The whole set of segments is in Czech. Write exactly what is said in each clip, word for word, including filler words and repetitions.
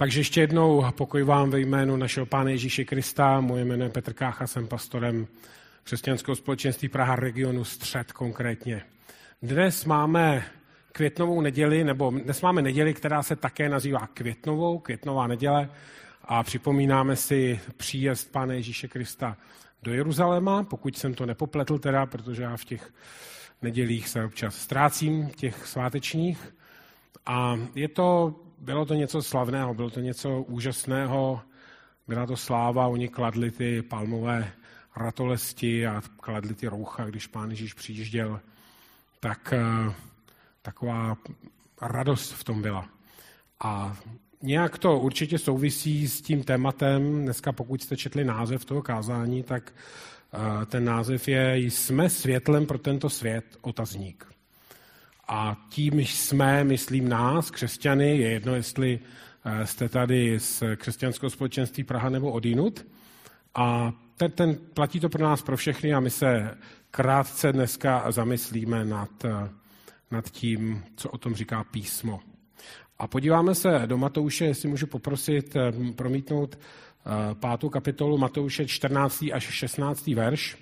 Takže ještě jednou pokoj vám ve jménu našeho Pána Ježíše Krista. Moje jméno je Petr Kácha, jsem pastorem křesťanského společenství Praha regionu Střed konkrétně. Dnes máme květnovou neděli, nebo dnes máme neděli, která se také nazývá květnovou, květnová neděle a připomínáme si příjezd Pána Ježíše Krista do Jeruzaléma, pokud jsem to nepopletl teda, protože já v těch nedělích se občas ztrácím, těch svátečních. A je to, bylo to něco slavného, bylo to něco úžasného, byla to sláva, oni kladli ty palmové ratolesti a kladli ty roucha, když Pán Ježíš přijížděl, tak taková radost v tom byla. A nějak to určitě souvisí s tím tématem, dneska pokud jste četli název toho kázání, tak ten název je Jsme světlem pro tento svět, otazník. A tím jsme, myslím nás, křesťany, je jedno, jestli jste tady z křesťanského společenství Praha nebo odinut. A ten, ten, platí to pro nás, pro všechny a my se krátce dneska zamyslíme nad, nad tím, co o tom říká písmo. A podíváme se do Matouše, jestli můžu poprosit promítnout pátou kapitolu Matouše čtrnáctý až šestnáctý verš,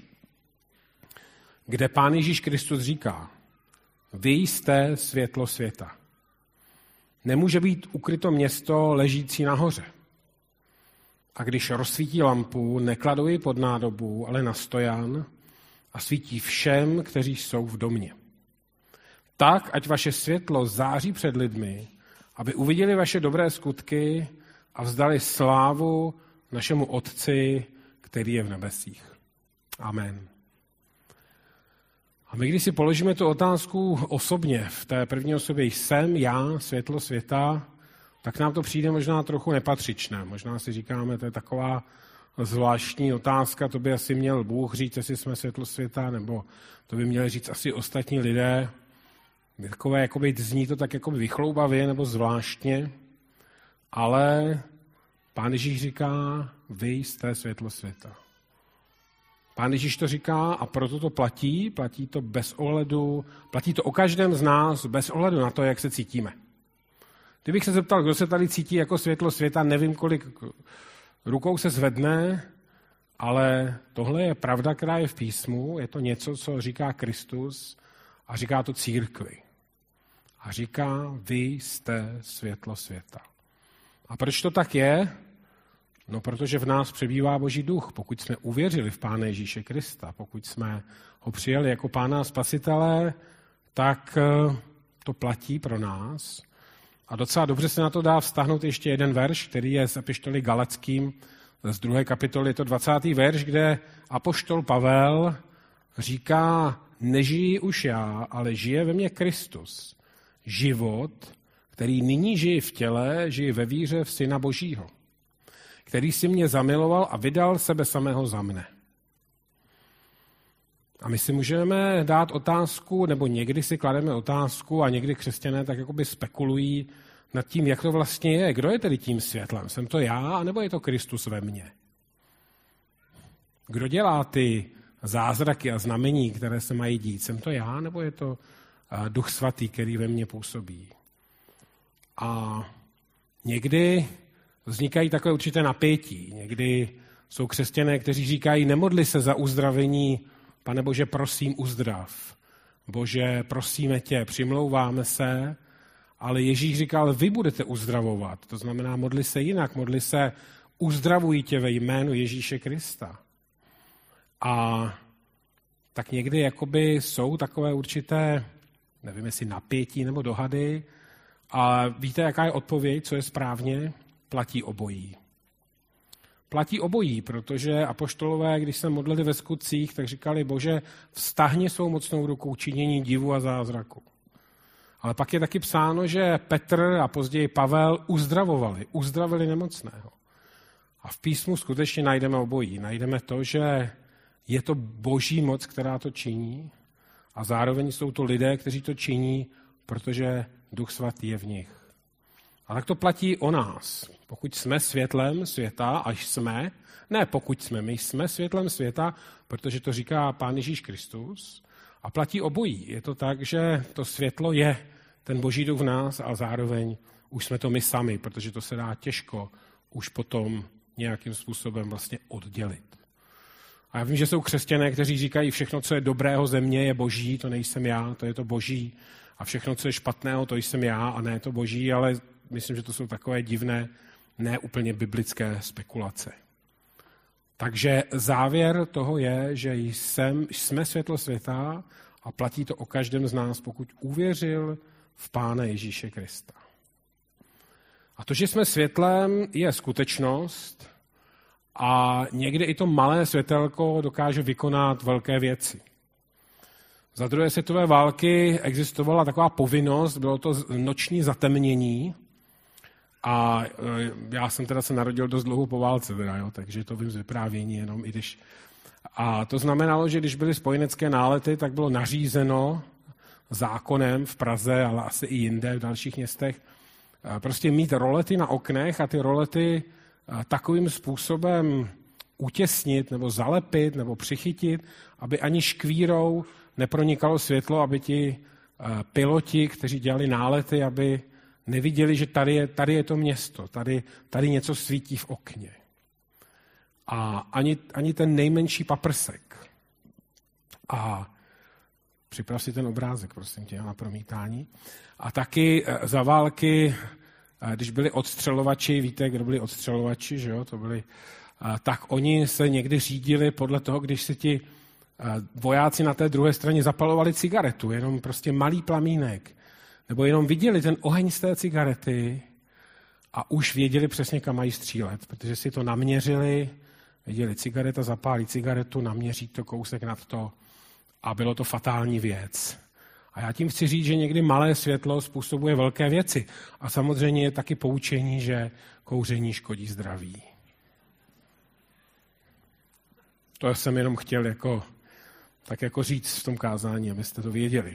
kde Pán Ježíš Kristus říká: Vy jste světlo světa. Nemůže být ukryto město ležící nahoře. A když rozsvítí lampu, nekladou ji pod nádobu, ale na stojan a svítí všem, kteří jsou v domě. Tak, ať vaše světlo září před lidmi, aby uviděli vaše dobré skutky a vzdali slávu našemu Otci, který je v nebesích. Amen. A my, když si položíme tu otázku osobně, v té první osobě jsem já, světlo světa, tak nám to přijde možná trochu nepatřičné. Možná si říkáme, to je taková zvláštní otázka, to by asi měl Bůh říct, jestli jsme světlo světa, nebo to by měli říct asi ostatní lidé. Takové, jakoby, zní to tak jakoby vychloubavě nebo zvláštně, ale Pán Ježíš říká, vy jste světlo světa. Pán Ježíš to říká a proto to platí, platí to bez ohledu, platí to o každém z nás bez ohledu na to, jak se cítíme. Kdybych se zeptal, kdo se tady cítí jako světlo světa, nevím, kolik rukou se zvedne, ale tohle je pravda, která je v písmu, je to něco, co říká Kristus a říká to církvi. A říká, vy jste světlo světa. A proč to tak je? No, protože v nás přebývá Boží duch. Pokud jsme uvěřili v Pána Ježíše Krista, pokud jsme ho přijali jako Pána a Spasitele, tak to platí pro nás. A docela dobře se na to dá vztahnout ještě jeden verš, který je z epištoly Galackým z druhé kapitoly. Je to dvacátý verš, kde apoštol Pavel říká, nežijí už já, ale žije ve mně Kristus. Život, který nyní žije v těle, žije ve víře v Syna Božího, který si mě zamiloval a vydal sebe samého za mne. A my si můžeme dát otázku, nebo někdy si klademe otázku a někdy křesťané tak jakoby spekulují nad tím, jak to vlastně je. Kdo je tedy tím světlem? Jsem to já, nebo je to Kristus ve mně? Kdo dělá ty zázraky a znamení, které se mají dít? Jsem to já, nebo je to Duch Svatý, který ve mně působí? A někdy vznikají takové určité napětí. Někdy jsou křesťané, kteří říkají, nemodli se za uzdravení, Pane Bože, prosím, uzdrav. Bože, prosíme tě, přimlouváme se, ale Ježíš říkal, vy budete uzdravovat. To znamená, modli se jinak, modli se, uzdravuj tě ve jménu Ježíše Krista. A tak někdy jakoby jsou takové určité, nevím, jestli napětí nebo dohady, a víte, jaká je odpověď, co je správně? Platí obojí. Platí obojí, protože apoštolové, když se modlili ve skutcích, tak říkali, Bože, vztahni svou mocnou rukou činění divu a zázraku. Ale pak je taky psáno, že Petr a později Pavel uzdravovali, uzdravili nemocného. A v písmu skutečně najdeme obojí. Najdeme to, že je to Boží moc, která to činí, a zároveň jsou to lidé, kteří to činí, protože Duch Svatý je v nich. A tak to platí o nás. Pokud jsme světlem světa, až jsme, ne pokud jsme, my jsme světlem světa, protože to říká Pán Ježíš Kristus, a platí obojí. Je to tak, že to světlo je ten Boží duch v nás a zároveň už jsme to my sami, protože to se dá těžko už potom nějakým způsobem vlastně oddělit. A já vím, že jsou křesťané, kteří říkají, všechno, co je dobrého země, je boží, to nejsem já, to je to boží. A všechno, co je špatného, to jsem já a ne to boží, ale myslím, že to jsou takové divné, ne úplně biblické spekulace. Takže závěr toho je, že jsem, jsme světlo světa a platí to o každém z nás, pokud uvěřil v Pána Ježíše Krista. A to, že jsme světlem, je skutečnost a někdy i to malé světelko dokáže vykonat velké věci. Za druhé světové války existovala taková povinnost, bylo to noční zatemnění a já jsem teda se narodil dost dlouho po válce, teda, jo, takže to vím z vyprávění jenom, i když... A to znamenalo, že když byly spojenecké nálety, tak bylo nařízeno zákonem v Praze, ale asi i jinde v dalších městech, prostě mít rolety na oknech a ty rolety takovým způsobem utěsnit nebo zalepit nebo přichytit, aby ani škvírou nepronikalo světlo, aby ti piloti, kteří dělali nálety, aby neviděli, že tady je, tady je to město, tady, tady něco svítí v okně. A ani, ani ten nejmenší paprsek. A připrav si ten obrázek, prosím tě, na promítání. A taky za války, když byli odstřelovači, víte, kdo byli odstřelovači, že jo, to byli, tak oni se někdy řídili podle toho, když si ti vojáci na té druhé straně zapalovali cigaretu, jenom prostě malý plamínek, nebo jenom viděli ten oheň z té cigarety a už věděli přesně, kam mají střílet, protože si to naměřili, viděli cigareta, zapálí cigaretu, naměří to kousek nad to a bylo to fatální věc. A já tím chci říct, že někdy malé světlo způsobuje velké věci. A samozřejmě je taky poučení, že kouření škodí zdraví. To jsem jenom chtěl jako, tak jako říct v tom kázání, abyste to věděli.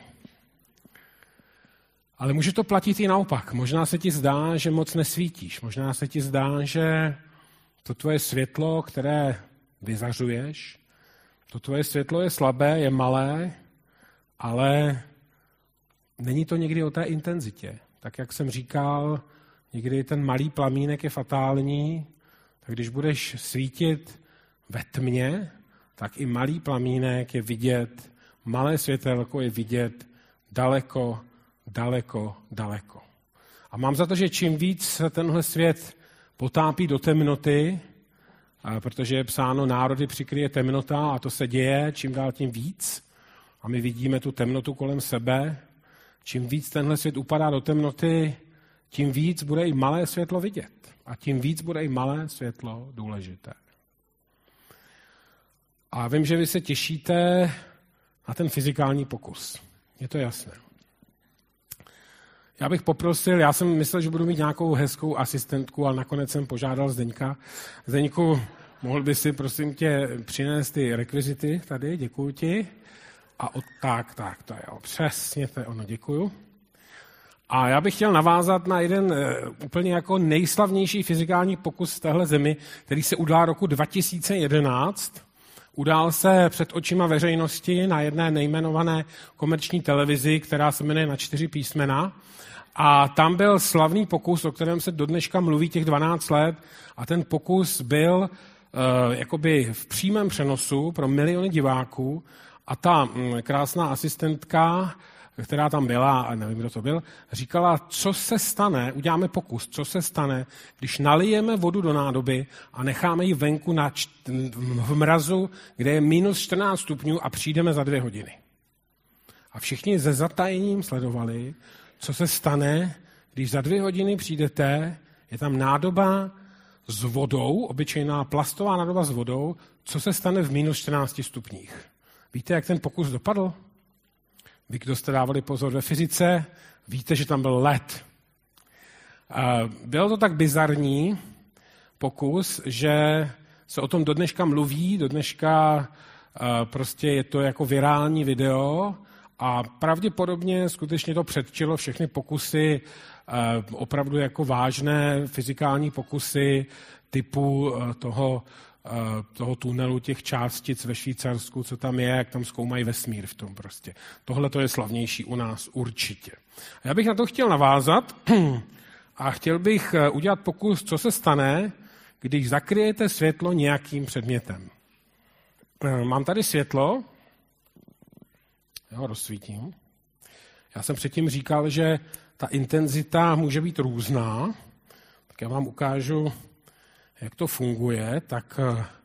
Ale může to platit i naopak. Možná se ti zdá, že moc nesvítíš. Možná se ti zdá, že to tvoje světlo, které vyzařuješ, to tvoje světlo je slabé, je malé, ale není to někdy o té intenzitě. Tak jak jsem říkal, někdy ten malý plamínek je fatální, tak když budeš svítit ve tmě, tak i malý plamínek je vidět, malé světelko je vidět daleko, daleko, daleko. A mám za to, že čím víc se tenhle svět potápí do temnoty, protože je psáno, národy přikryje temnota a to se děje čím dál tím víc. A my vidíme tu temnotu kolem sebe. Čím víc tenhle svět upadá do temnoty, tím víc bude i malé světlo vidět. A tím víc bude i malé světlo důležité. A vím, že vy se těšíte na ten fyzikální pokus. Je to jasné. Já bych poprosil, já jsem myslel, že budu mít nějakou hezkou asistentku, ale nakonec jsem požádal Zdeňka. Zdeňku, mohl by si, prosím tě, přinést ty rekvizity tady, děkuju ti. A od, tak, tak, to je jo, přesně, to je ono, děkuju. A já bych chtěl navázat na jeden uh, úplně jako nejslavnější fyzikální pokus v téhle zemi, který se udál roku dva tisíce jedenáct. Udál se před očima veřejnosti na jedné nejmenované komerční televizi, která se jmenuje Na čtyři písmena. A tam byl slavný pokus, o kterém se do dneška mluví těch dvanáct let. A ten pokus byl uh, jakoby v přímém přenosu pro miliony diváků. A ta um, krásná asistentka, která tam byla, a nevím, kdo to byl, říkala, co se stane, uděláme pokus, co se stane, když nalijeme vodu do nádoby a necháme ji venku na č- v mrazu, kde je minus čtrnáct stupňů a přijdeme za dvě hodiny. A všichni se zatajením sledovali, co se stane, když za dvě hodiny přijdete, je tam nádoba s vodou, obyčejná plastová nádoba s vodou, co se stane v minus čtrnácti stupních. Víte, jak ten pokus dopadl? Vy, kdo jste dávali pozor ve fyzice, víte, že tam byl led. Bylo to tak bizarní pokus, že se o tom do dneška mluví, do dneška prostě je to jako virální video a pravděpodobně skutečně to předčilo všechny pokusy, opravdu jako vážné fyzikální pokusy typu toho, toho tunelu těch částic ve Švýcarsku, co tam je, jak tam zkoumají vesmír v tom prostě. Tohle to je slavnější u nás určitě. Já bych na to chtěl navázat A chtěl bych udělat pokus, co se stane, když zakryjete světlo nějakým předmětem. Mám tady světlo, já ho rozsvítím. Já jsem předtím říkal, že ta intenzita může být různá, tak já vám ukážu, jak to funguje. Tak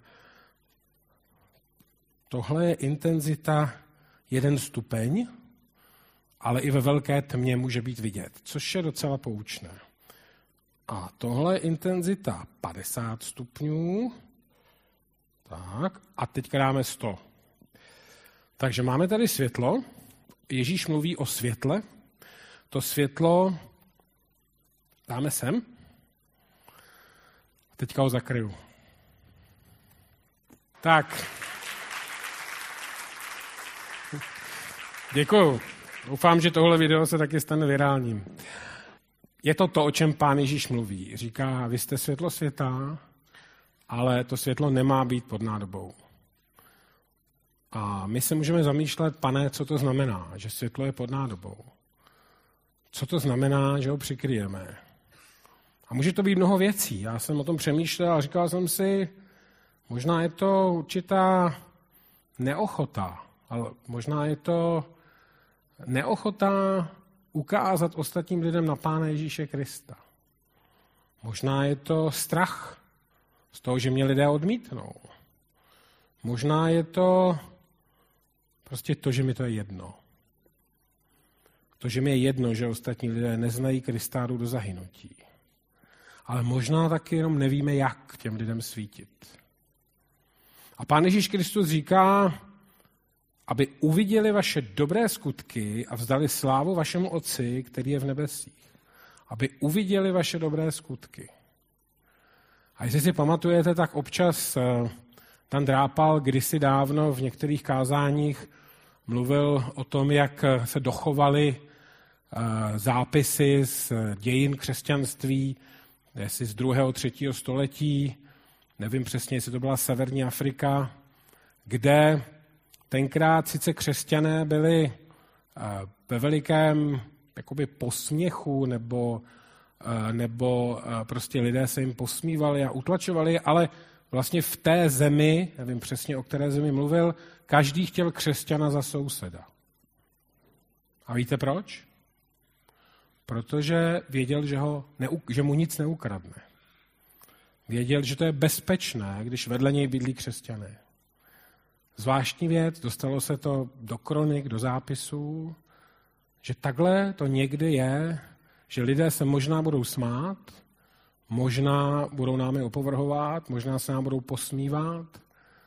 tohle je intenzita jeden stupeň, ale i ve velké tmě může být vidět, což je docela poučné. A tohle je intenzita padesát stupňů. Tak, a teďka dáme sto. Takže máme tady světlo. Ježíš mluví o světle. To světlo dáme sem. Teďka ho zakryju. Tak. Děkuju. Doufám, že tohle video se taky stane virálním. Je to to, o čem Pán Ježíš mluví. Říká, vy jste světlo světa, ale to světlo nemá být pod nádobou. A my se můžeme zamýšlet, Pane, co to znamená, že světlo je pod nádobou. Co to znamená, že ho přikryjeme. A může to být mnoho věcí. Já jsem o tom přemýšlel a říkal jsem si, možná je to určitá neochota, ale možná je to neochota ukázat ostatním lidem na Pána Ježíše Krista. Možná je to strach z toho, že mě lidé odmítnou. Možná je to prostě to, že mi to je jedno. To, že mi je jedno, že ostatní lidé neznají Krista, jdou do zahynutí. Ale možná taky jenom nevíme, jak těm lidem svítit. A Pán Ježíš Kristus říká, aby uviděli vaše dobré skutky a vzdali slávu vašemu Otci, který je v nebesích. Aby uviděli vaše dobré skutky. A jestli si pamatujete, tak občas Dan Drápal kdysi dávno v některých kázáních mluvil o tom, jak se dochovaly zápisy z dějin křesťanství, jestli z druhého, třetího století, nevím přesně, jestli to byla Severní Afrika, kde tenkrát sice křesťané byli ve velikém jakoby posměchu, nebo, nebo prostě lidé se jim posmívali a utlačovali, ale vlastně v té zemi, nevím přesně, o které zemi mluvil, každý chtěl křesťana za souseda. A víte proč? Protože věděl, že, ho neuk- že mu nic neukradne. Věděl, že to je bezpečné, když vedle něj bydlí křesťané. Zvláštní věc, dostalo se to do kronik, do zápisů, že takhle to někdy je, že lidé se možná budou smát, možná budou námi opovrhovat, možná se nám budou posmívat,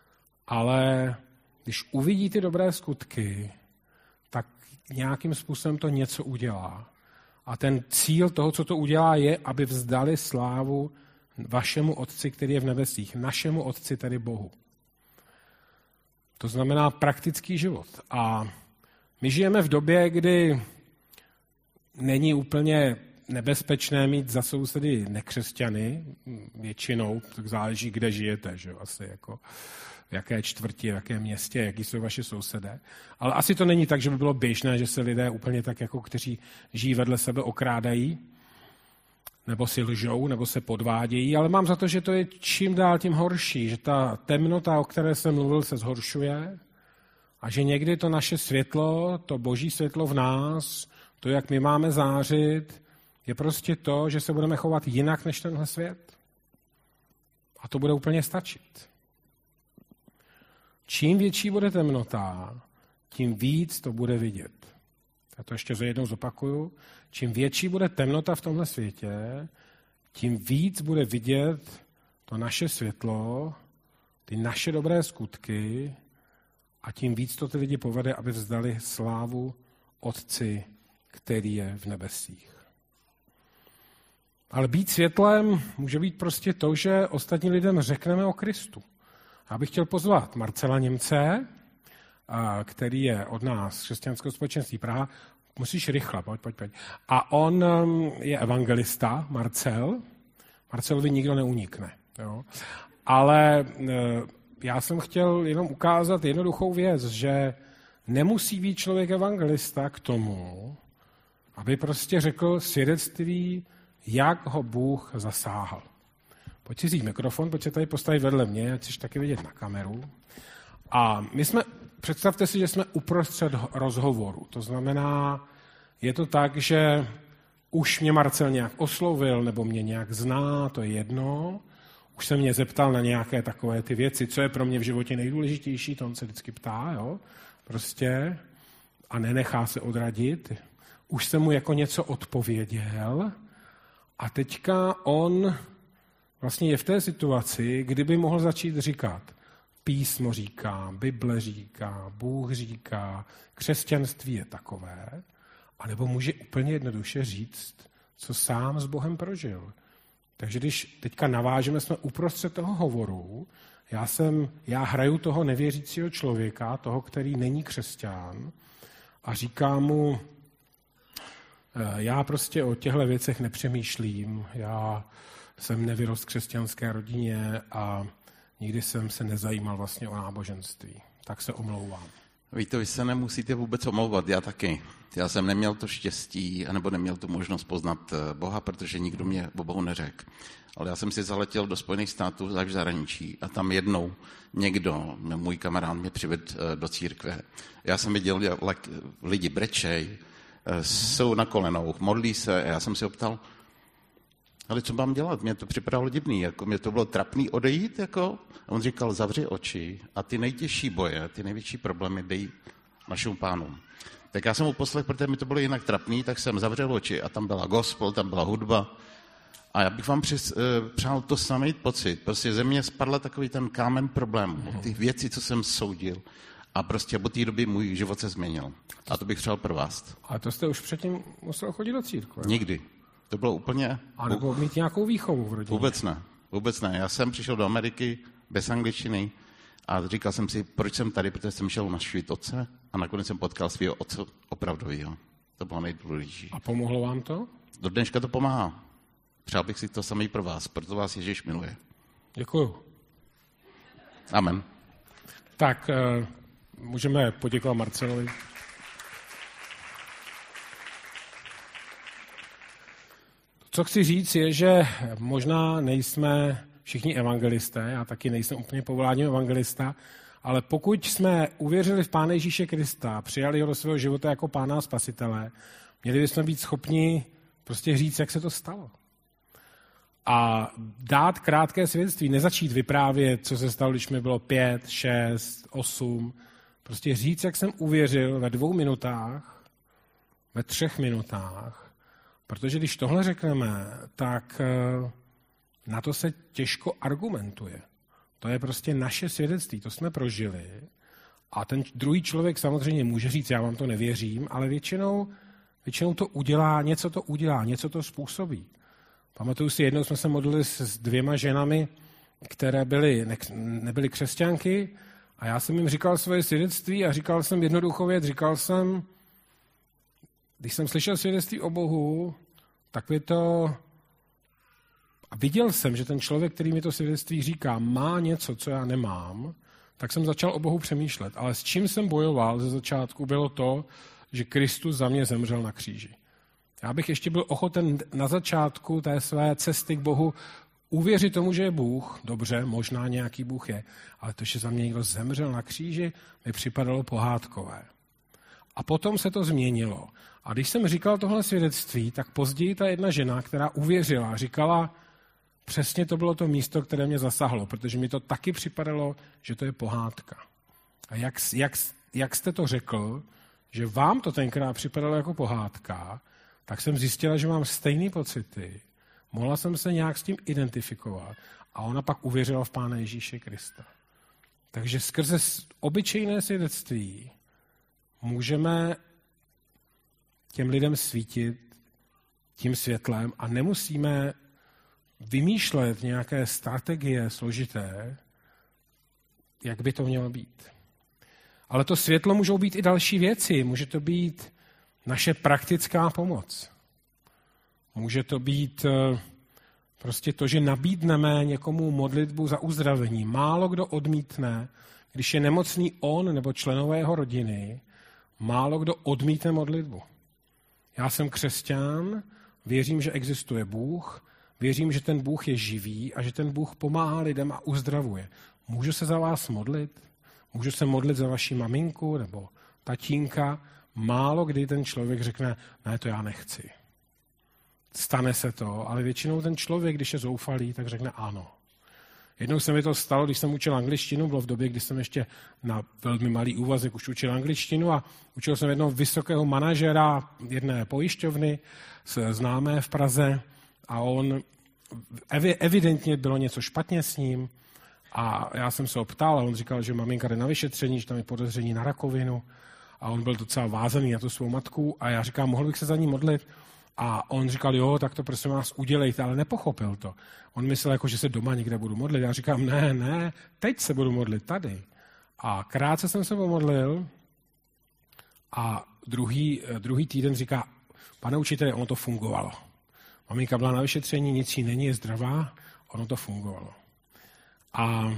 ale když uvidí ty dobré skutky, tak nějakým způsobem to něco udělá. A ten cíl toho, co to udělá, je, aby vzdali slávu vašemu Otci, který je v nebesích. Našemu Otci, tedy Bohu. To znamená praktický život. A my žijeme v době, kdy není úplně nebezpečné mít za sousedy nekřesťany, většinou, tak záleží, kde žijete, že asi jako v jaké čtvrti, v jakém městě, jaký jsou vaše sousedé. Ale asi to není tak, že by bylo běžné, že se lidé úplně tak, jako kteří žijí vedle sebe, okrádají, nebo si lžou, nebo se podvádějí, ale mám za to, že to je čím dál tím horší, že ta temnota, o které jsem mluvil, se zhoršuje a že někdy to naše světlo, to boží světlo v nás, to, jak my máme zářit, je prostě to, že se budeme chovat jinak než tenhle svět. A to bude úplně stačit. Čím větší bude temnota, tím víc to bude vidět. Já to ještě jednou zopakuju. Čím větší bude temnota v tomhle světě, tím víc bude vidět to naše světlo, ty naše dobré skutky a tím víc to ty lidi povede, aby vzdali slávu Otci, který je v nebesích. Ale být světlem může být prostě to, že ostatním lidem řekneme o Kristu. Já bych chtěl pozvat Marcela Němce, který je od nás z Křesťanského společenství Praha. Musíš rychle, pojď, pojď, pojď. A on je evangelista, Marcel. Marcelovi nikdo neunikne. Jo? Ale já jsem chtěl jenom ukázat jednoduchou věc, že nemusí být člověk evangelista k tomu, aby prostě řekl svědectví jak ho Bůh zasáhl. Pojď si vzít mikrofon, pojď se tady postavit vedle mě, ať jsi taky vidět na kameru. A my jsme, představte si, že jsme uprostřed rozhovoru. To znamená, je to tak, že už mě Marcel nějak oslovil, nebo mě nějak zná, to je jedno. Už se mě zeptal na nějaké takové ty věci, co je pro mě v životě nejdůležitější, to on se vždycky ptá, jo, prostě, a nenechá se odradit. Už jsem mu jako něco odpověděl a teďka on vlastně je v té situaci, kdyby mohl začít říkat, písmo říká, Bible říká, Bůh říká, křesťanství je takové, anebo může úplně jednoduše říct, co sám s Bohem prožil. Takže když teďka navážeme, jsme uprostřed toho hovoru, já, jsem, já hraju toho nevěřícího člověka, toho, který není křesťan, a říkám mu, já prostě o těchto věcech nepřemýšlím, já jsem nevyrost v křesťanské rodině a nikdy jsem se nezajímal vlastně o náboženství. Tak se omlouvám. Víte, vy se nemusíte vůbec omlouvat, já taky. Já jsem neměl to štěstí, anebo neměl tu možnost poznat Boha, protože nikdo mě o Bohu neřekl. Ale já jsem si zaletěl do Spojených států až v zahraničí a tam jednou někdo, můj kamarád, mě přivedl do církve. Já jsem viděl, jak lidi brečej, jsou na kolenou, modlí se a já jsem si optal, ale co mám dělat? Mně to připadalo divný, jako mě to bylo trapný odejít, jako. A on říkal, zavři oči a ty nejtěžší boje, ty největší problémy dej našemu Pánu. Tak já jsem mu poslech, protože mi to bylo jinak trapný, tak jsem zavřel oči a tam byla gospel, tam byla hudba. A já bych vám přes, přál to samý pocit. Prostě ze mě spadla takový ten kámen problémů, ty věci, co jsem soudil. A prostě od té doby můj život se změnil. A to bych přál pro vás. A to jste už předtím musel chodit do církve? Nikdy. To bylo úplně... A nebo mít nějakou výchovu v rodině? Vůbec ne. Vůbec ne. Já jsem přišel do Ameriky bez angličtiny a říkal jsem si, proč jsem tady, protože jsem šel navštívit otce a nakonec jsem potkal svého otce opravdovýho. To bylo nejdůležitější. A pomohlo vám to? Do dneška to pomáhá. Přál bych si to samý pro vás, proto vás Ježíš miluje. Děkuju. Amen. Tak, můžeme poděkovat Marcelovi. Co chci říct je, že možná nejsme všichni evangelisté, já taky nejsem úplně povoláním evangelista, ale pokud jsme uvěřili v Pána Ježíše Krista, přijali ho do svého života jako Pána a Spasitele, měli bychom být schopni prostě říct, jak se to stalo. A dát krátké svědectví, nezačít vyprávět, co se stalo, když mi bylo pět, šest, osm. Prostě říct, jak jsem uvěřil ve dvou minutách, ve třech minutách, protože když tohle řekneme, tak na to se těžko argumentuje. To je prostě naše svědectví, to jsme prožili. A ten druhý člověk samozřejmě může říct, já vám to nevěřím, ale většinou, většinou to udělá, něco to udělá, něco to způsobí. Pamatuju si, jednou jsme se modlili s dvěma ženami, které byly, ne, nebyly křesťanky a já jsem jim říkal svoje svědectví a říkal jsem jednoduchou věc, říkal jsem, když jsem slyšel svědectví o Bohu, tak je to... A viděl jsem, že ten člověk, který mi to svědectví říká, má něco, co já nemám, tak jsem začal o Bohu přemýšlet. Ale s čím jsem bojoval ze začátku, bylo to, že Kristus za mě zemřel na kříži. Já bych ještě byl ochoten na začátku té své cesty k Bohu uvěřit tomu, že je Bůh. Dobře, možná nějaký Bůh je, ale to, že za mě někdo zemřel na kříži, mi připadalo pohádkové. A potom se to změnilo. A když jsem říkal tohle svědectví, tak později ta jedna žena, která uvěřila, říkala, přesně to bylo to místo, které mě zasahlo, protože mi to taky připadalo, že to je pohádka. A jak, jak, jak jste to řekl, že vám to tenkrát připadalo jako pohádka, tak jsem zjistila, že mám stejné pocity. Mohla jsem se nějak s tím identifikovat. A ona pak uvěřila v Pána Ježíše Krista. Takže skrze obyčejné svědectví můžeme těm lidem svítit tím světlem a nemusíme vymýšlet nějaké strategie složité, jak by to mělo být. Ale to světlo můžou být i další věci. Může to být naše praktická pomoc. Může to být prostě to, že nabídneme někomu modlitbu za uzdravení. Málo kdo odmítne, když je nemocný on nebo členové jeho rodiny, málo kdo odmítne modlitbu. Já jsem křesťan, věřím, že existuje Bůh, věřím, že ten Bůh je živý a že ten Bůh pomáhá lidem a uzdravuje. Můžu se za vás modlit? Můžu se modlit za vaši maminku nebo tatínka? Málo kdy ten člověk řekne, ne, to já nechci. Stane se to, ale většinou ten člověk, když je zoufalý, tak řekne ano. Jednou se mi to stalo, když jsem učil angličtinu, bylo v době, kdy jsem ještě na velmi malý úvazek už učil angličtinu a učil jsem jednoho vysokého manažera jedné pojišťovny, známé v Praze, a on evidentně bylo něco špatně s ním a já jsem se ho ptal a on říkal, že maminka jde na vyšetření, že tam je podezření na rakovinu a on byl docela vázaný na tu svou matku a já říkám, mohl bych se za ní modlit? A on říkal, jo, tak to prosím vás udělejte, ale nepochopil to. On myslel, jako, že se doma někde budu modlit. Já říkám, ne, ne, teď se budu modlit tady. A krátce jsem se pomodlil a druhý, druhý týden říká, pane učiteli, ono to fungovalo. Maminka byla na vyšetření, nic jí není, je zdravá, ono to fungovalo. A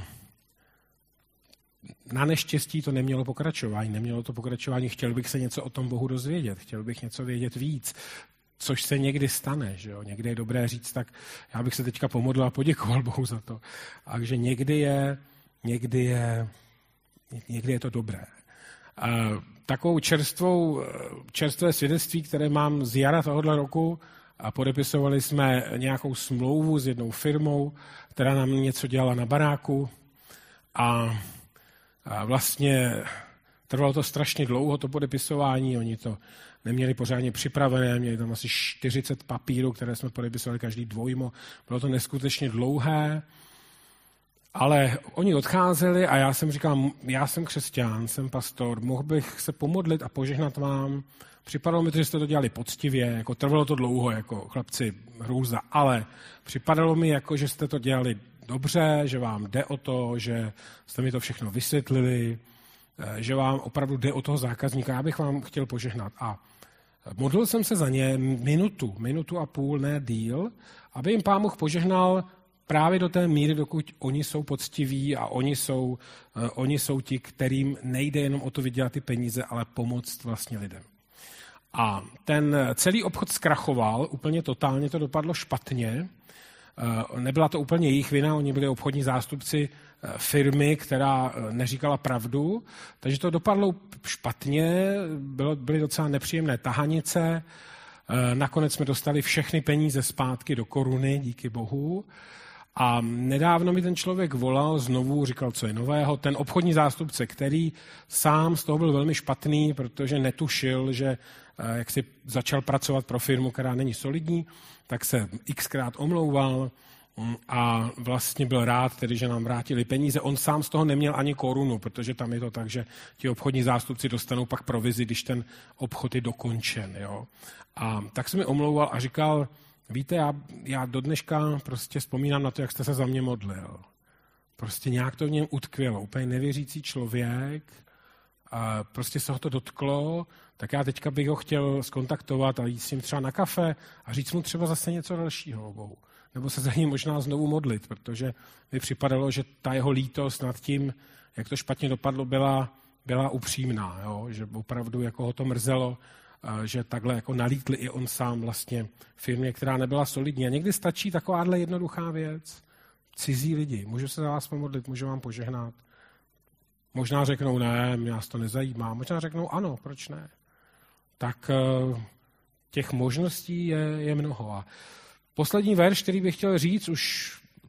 na neštěstí to nemělo pokračování, nemělo to pokračování, chtěl bych se něco o tom Bohu dozvědět, chtěl bych něco vědět víc, což se někdy stane, že jo? Někdy je dobré říct, tak já bych se teďka pomodlil a poděkoval Bohu za to. Takže někdy je, někdy je, někdy je to dobré. A takovou čerstvou, čerstvé svědectví, které mám z jara tohohle roku, a podepisovali jsme nějakou smlouvu s jednou firmou, která nám něco dělala na baráku a, a vlastně trvalo to strašně dlouho, to podepisování, oni to neměli pořádně připravené, měli tam asi čtyřicet papírů, které jsme podepisovali každý dvojmo, bylo to neskutečně dlouhé, ale oni odcházeli a já jsem říkal, já jsem křesťan, jsem pastor, mohl bych se pomodlit a požehnat vám. Připadalo mi to, že jste to dělali poctivě, jako trvalo to dlouho, jako chlapci hrůza, ale připadalo mi, jako že jste to dělali dobře, že vám jde o to, že jste mi to všechno vysvětlili, že vám opravdu jde o toho zákazníka. Já bych vám chtěl požehnat. A modlil jsem se za ně minutu, minutu a půl, ne díl, aby jim Pán Bůh požehnal právě do té míry, dokud oni jsou poctiví a oni jsou, uh, oni jsou ti, kterým nejde jenom o to vydělat ty peníze, ale pomoct vlastně lidem. A ten celý obchod zkrachoval, úplně totálně to dopadlo špatně. Nebyla to úplně jejich vina, oni byli obchodní zástupci firmy, která neříkala pravdu, takže to dopadlo špatně, bylo, byly docela nepříjemné tahanice, nakonec jsme dostali všechny peníze zpátky do koruny, díky Bohu. A nedávno mi ten člověk volal znovu, říkal, co je nového. Ten obchodní zástupce, který sám z toho byl velmi špatný, protože netušil, že jak si začal pracovat pro firmu, která není solidní, tak se xkrát omlouval a vlastně byl rád, tedy, že nám vrátili peníze. On sám z toho neměl ani korunu, protože tam je to tak, že ti obchodní zástupci dostanou pak provizi, když ten obchod je dokončen. Jo? A tak se mi omlouval a říkal, víte, já, já do dneška prostě vzpomínám na to, jak jste se za mě modlil. Prostě nějak to v něm utkvělo. Úplně nevěřící člověk, a prostě se ho to dotklo, tak já teďka bych ho chtěl skontaktovat a jít s ním třeba na kafe a říct mu třeba zase něco dalšího o Bohu. Nebo se za ním možná znovu modlit, protože mi připadalo, že ta jeho lítost nad tím, jak to špatně dopadlo, byla, byla upřímná. Jo? Že opravdu jako ho to mrzelo, že takhle jako nalítl i on sám vlastně firmě, která nebyla solidní. A někdy stačí takováhle jednoduchá věc. Cizí lidi. Můžu se za vás pomodlit, můžu vám požehnat. Možná řeknou, ne, mě nás to nezajímá. Možná řeknou, ano, proč ne? Tak těch možností je, je mnoho. A poslední verš, který bych chtěl říct, už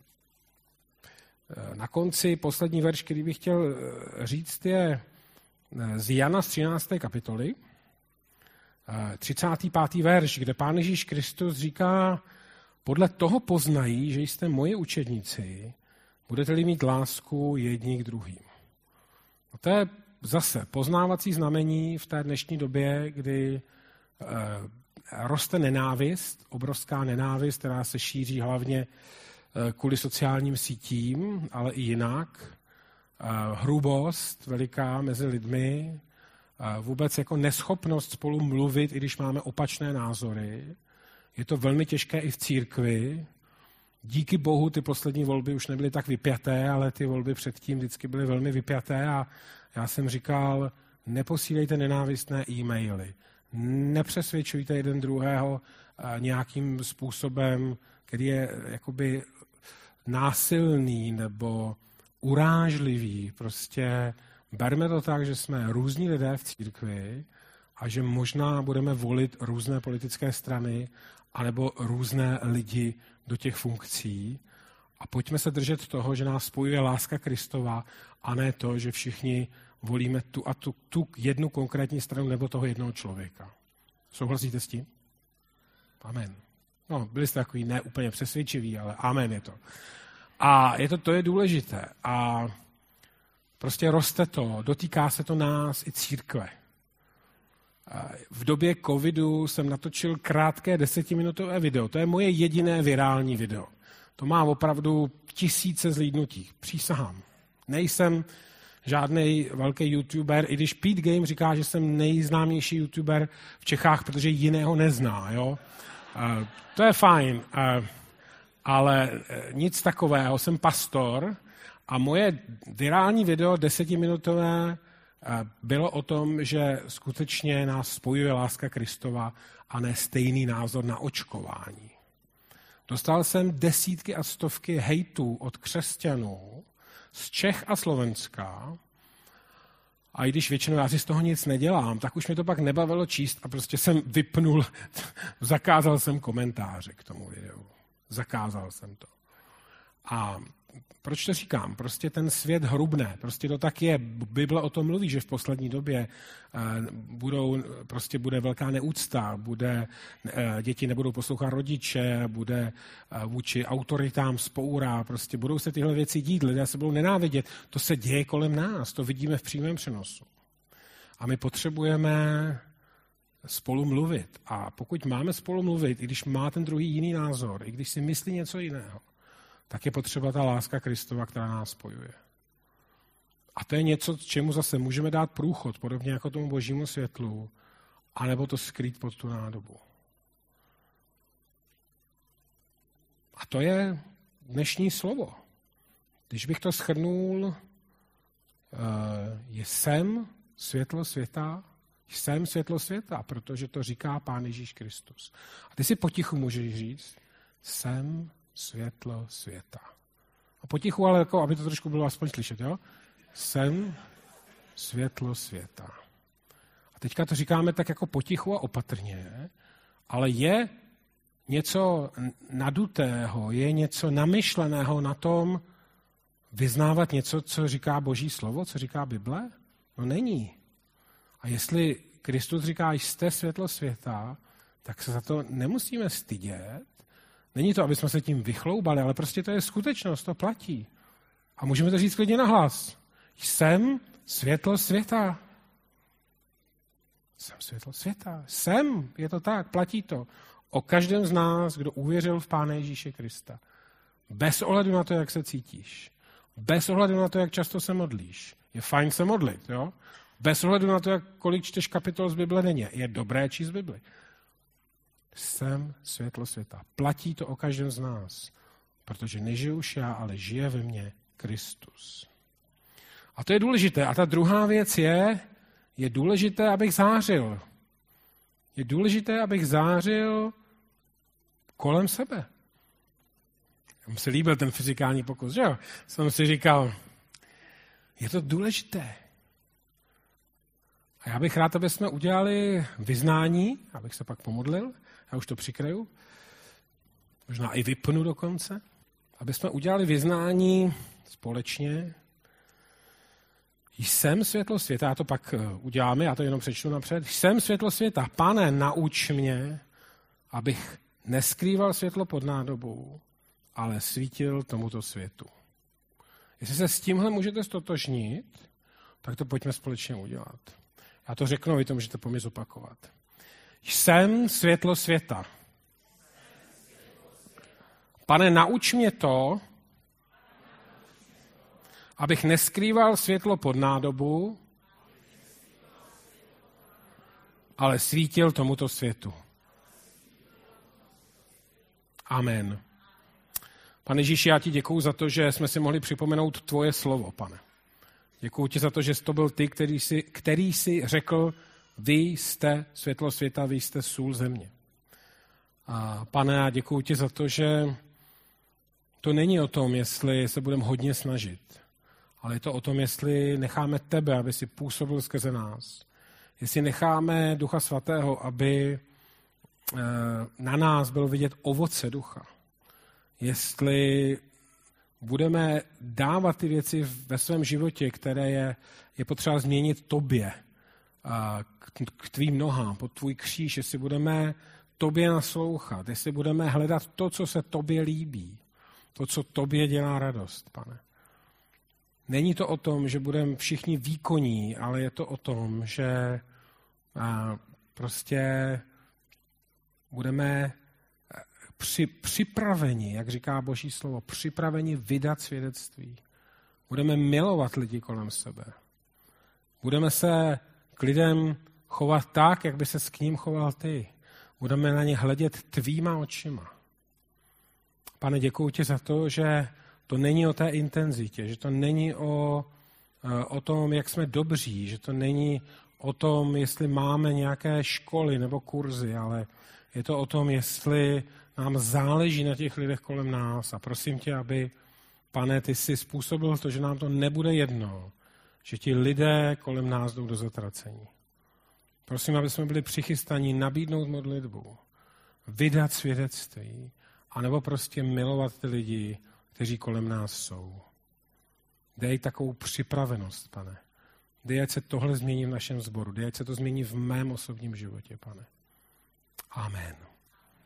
na konci, poslední verš, který bych chtěl říct, je z Jana z třinácté kapitoly, třicátý pátý verš, kde Pán Ježíš Kristus říká, podle toho poznají, že jste moji učedníci, budete-li mít lásku jedni k druhým. A to je zase poznávací znamení v té dnešní době, kdy eh, roste nenávist, obrovská nenávist, která se šíří hlavně eh, kvůli sociálním sítím, ale i jinak. Eh, hrubost veliká mezi lidmi, eh, vůbec jako neschopnost spolu mluvit, i když máme opačné názory. Je to velmi těžké i v církvi. Díky Bohu ty poslední volby už nebyly tak vypjaté, ale ty volby předtím vždycky byly velmi vypjaté a já jsem říkal, neposílejte nenávistné e-maily, nepřesvědčujte jeden druhého nějakým způsobem, který je jakoby násilný nebo urážlivý. Prostě berme to tak, že jsme různí lidé v církvi a že možná budeme volit různé politické strany anebo různé lidi do těch funkcí. A pojďme se držet toho, že nás spojuje láska Kristova a ne to, že všichni volíme tu a tu, tu jednu konkrétní stranu nebo toho jednoho člověka. Souhlasíte s tím? Amen. No, byli jste takový ne úplně přesvědčiví, ale amen je to. A je to, to je důležité. A prostě roste to, dotýká se to nás i církve. V době covidu jsem natočil krátké desetiminutové video. To je moje jediné virální video. To má opravdu tisíce zhlídnutí. Přísahám. Nejsem žádný velký youtuber, i když Pete Game říká, že jsem nejznámější youtuber v Čechách, protože jiného nezná. Jo? Uh, to je fajn, uh, ale nic takového. Jsem pastor a moje virální video desetiminutové bylo o tom, že skutečně nás spojuje láska Kristova a ne stejný názor na očkování. Dostal jsem desítky a stovky hejtů od křesťanů z Čech a Slovenska a i když většinou já si z toho nic nedělám, tak už mě to pak nebavilo číst a prostě jsem vypnul, zakázal jsem komentáře k tomu videu. Zakázal jsem to. A proč to říkám? Prostě ten svět hrubne. Prostě to tak je. Bible o tom mluví, že v poslední době budou, prostě bude velká neúcta, bude, děti nebudou poslouchat rodiče, bude vůči autoritám vzpoura, prostě budou se tyhle věci dít, lidé se budou nenávidět. To se děje kolem nás, to vidíme v přímém přenosu. A my potřebujeme spolu mluvit. A pokud máme spolu mluvit, i když má ten druhý jiný názor, i když si myslí něco jiného, tak je potřeba ta láska Kristova, která nás spojuje. A to je něco, čemu zase můžeme dát průchod, podobně jako tomu božímu světlu, anebo to skrýt pod tu nádobu. A to je dnešní slovo. Když bych to shrnul, je jsem světlo světa, jsem světlo světa, protože to říká Pán Ježíš Kristus. A ty si potichu můžeš říct, jsem světlo světa. A potichu, ale jako, aby to trošku bylo aspoň slyšet, jo? Jsem světlo světa. A teďka to říkáme tak jako potichu a opatrně, ale je něco nadutého, je něco namyšleného na tom vyznávat něco, co říká Boží slovo, co říká Bible? No není. A jestli Kristus říká, jste světlo světa, tak se za to nemusíme stydět. Není to, aby jsme se tím vychloubali, ale prostě to je skutečnost, to platí. A můžeme to říct klidně nahlas. Jsem světlo světa. Jsem světlo světa. Jsem, je to tak, platí to. O každém z nás, kdo uvěřil v Pána Ježíše Krista. Bez ohledu na to, jak se cítíš. Bez ohledu na to, jak často se modlíš. Je fajn se modlit, jo? Bez ohledu na to, jak kolik čteš kapitol z Bible denně. Je dobré číst Bibli. Jsem světlo světa. Platí to o každém z nás. Protože nežiju už já, ale žije ve mně Kristus. A to je důležité. A ta druhá věc je, je důležité, abych zářil. Je důležité, abych zářil kolem sebe. Mně se líbil ten fyzikální pokus, že jo? Jsem si říkal, je to důležité. A já bych rád, aby jsme udělali vyznání, abych se pak pomodlil, já už to přikryju, možná i vypnu dokonce, aby jsme udělali vyznání společně. Jsem světlo světa, já to pak uděláme, já to jenom přečtu napřed. Jsem světlo světa, Pane, nauč mě, abych neskrýval světlo pod nádobou, ale svítil tomuto světu. Jestli se s tímhle můžete stotožnit, tak to pojďme společně udělat. Já to řeknu, vy to můžete po mě zopakovat. Jsem světlo světa. Pane, nauč mě to, abych neskrýval světlo pod nádobu, ale svítil tomuto světu. Amen. Pane Ježíši, já ti děkuju za to, že jsme si mohli připomenout tvoje slovo, pane. Děkuju ti za to, že jsi to byl ty, který jsi, který jsi řekl Vy jste světlo světa, vy jste sůl země. A Pane, já děkuju ti za to, že to není o tom, jestli se budeme hodně snažit, ale je to o tom, jestli necháme tebe, aby si působil skrze nás. Jestli necháme Ducha Svatého, aby na nás bylo vidět ovoce ducha. Jestli budeme dávat ty věci ve svém životě, které je, je potřeba změnit tobě, k, k tvým nohám, pod tvůj kříž, jestli budeme tobě naslouchat, jestli budeme hledat to, co se tobě líbí, to, co tobě dělá radost, Pane. Není to o tom, že budeme všichni výkonní, ale je to o tom, že prostě budeme při, připraveni, jak říká Boží slovo, připraveni vydat svědectví. Budeme milovat lidi kolem sebe. Budeme se k lidem chovat tak, jak by se k ním choval ty. Budeme na ně hledět tvýma očima. Pane, děkuju ti za to, že to není o té intenzitě, že to není o, o tom, jak jsme dobří, že to není o tom, jestli máme nějaké školy nebo kurzy, ale je to o tom, jestli nám záleží na těch lidech kolem nás. A prosím tě, aby, Pane, ty jsi způsobil to, že nám to nebude jedno, že ti lidé kolem nás jdou do zatracení. Prosím, aby jsme byli přichystaní nabídnout modlitbu, vydat svědectví, anebo prostě milovat ty lidi, kteří kolem nás jsou. Dej takovou připravenost, Pane. Dej, ať se tohle změní v našem sboru. Dej, ať se to změní v mém osobním životě, Pane. Amen.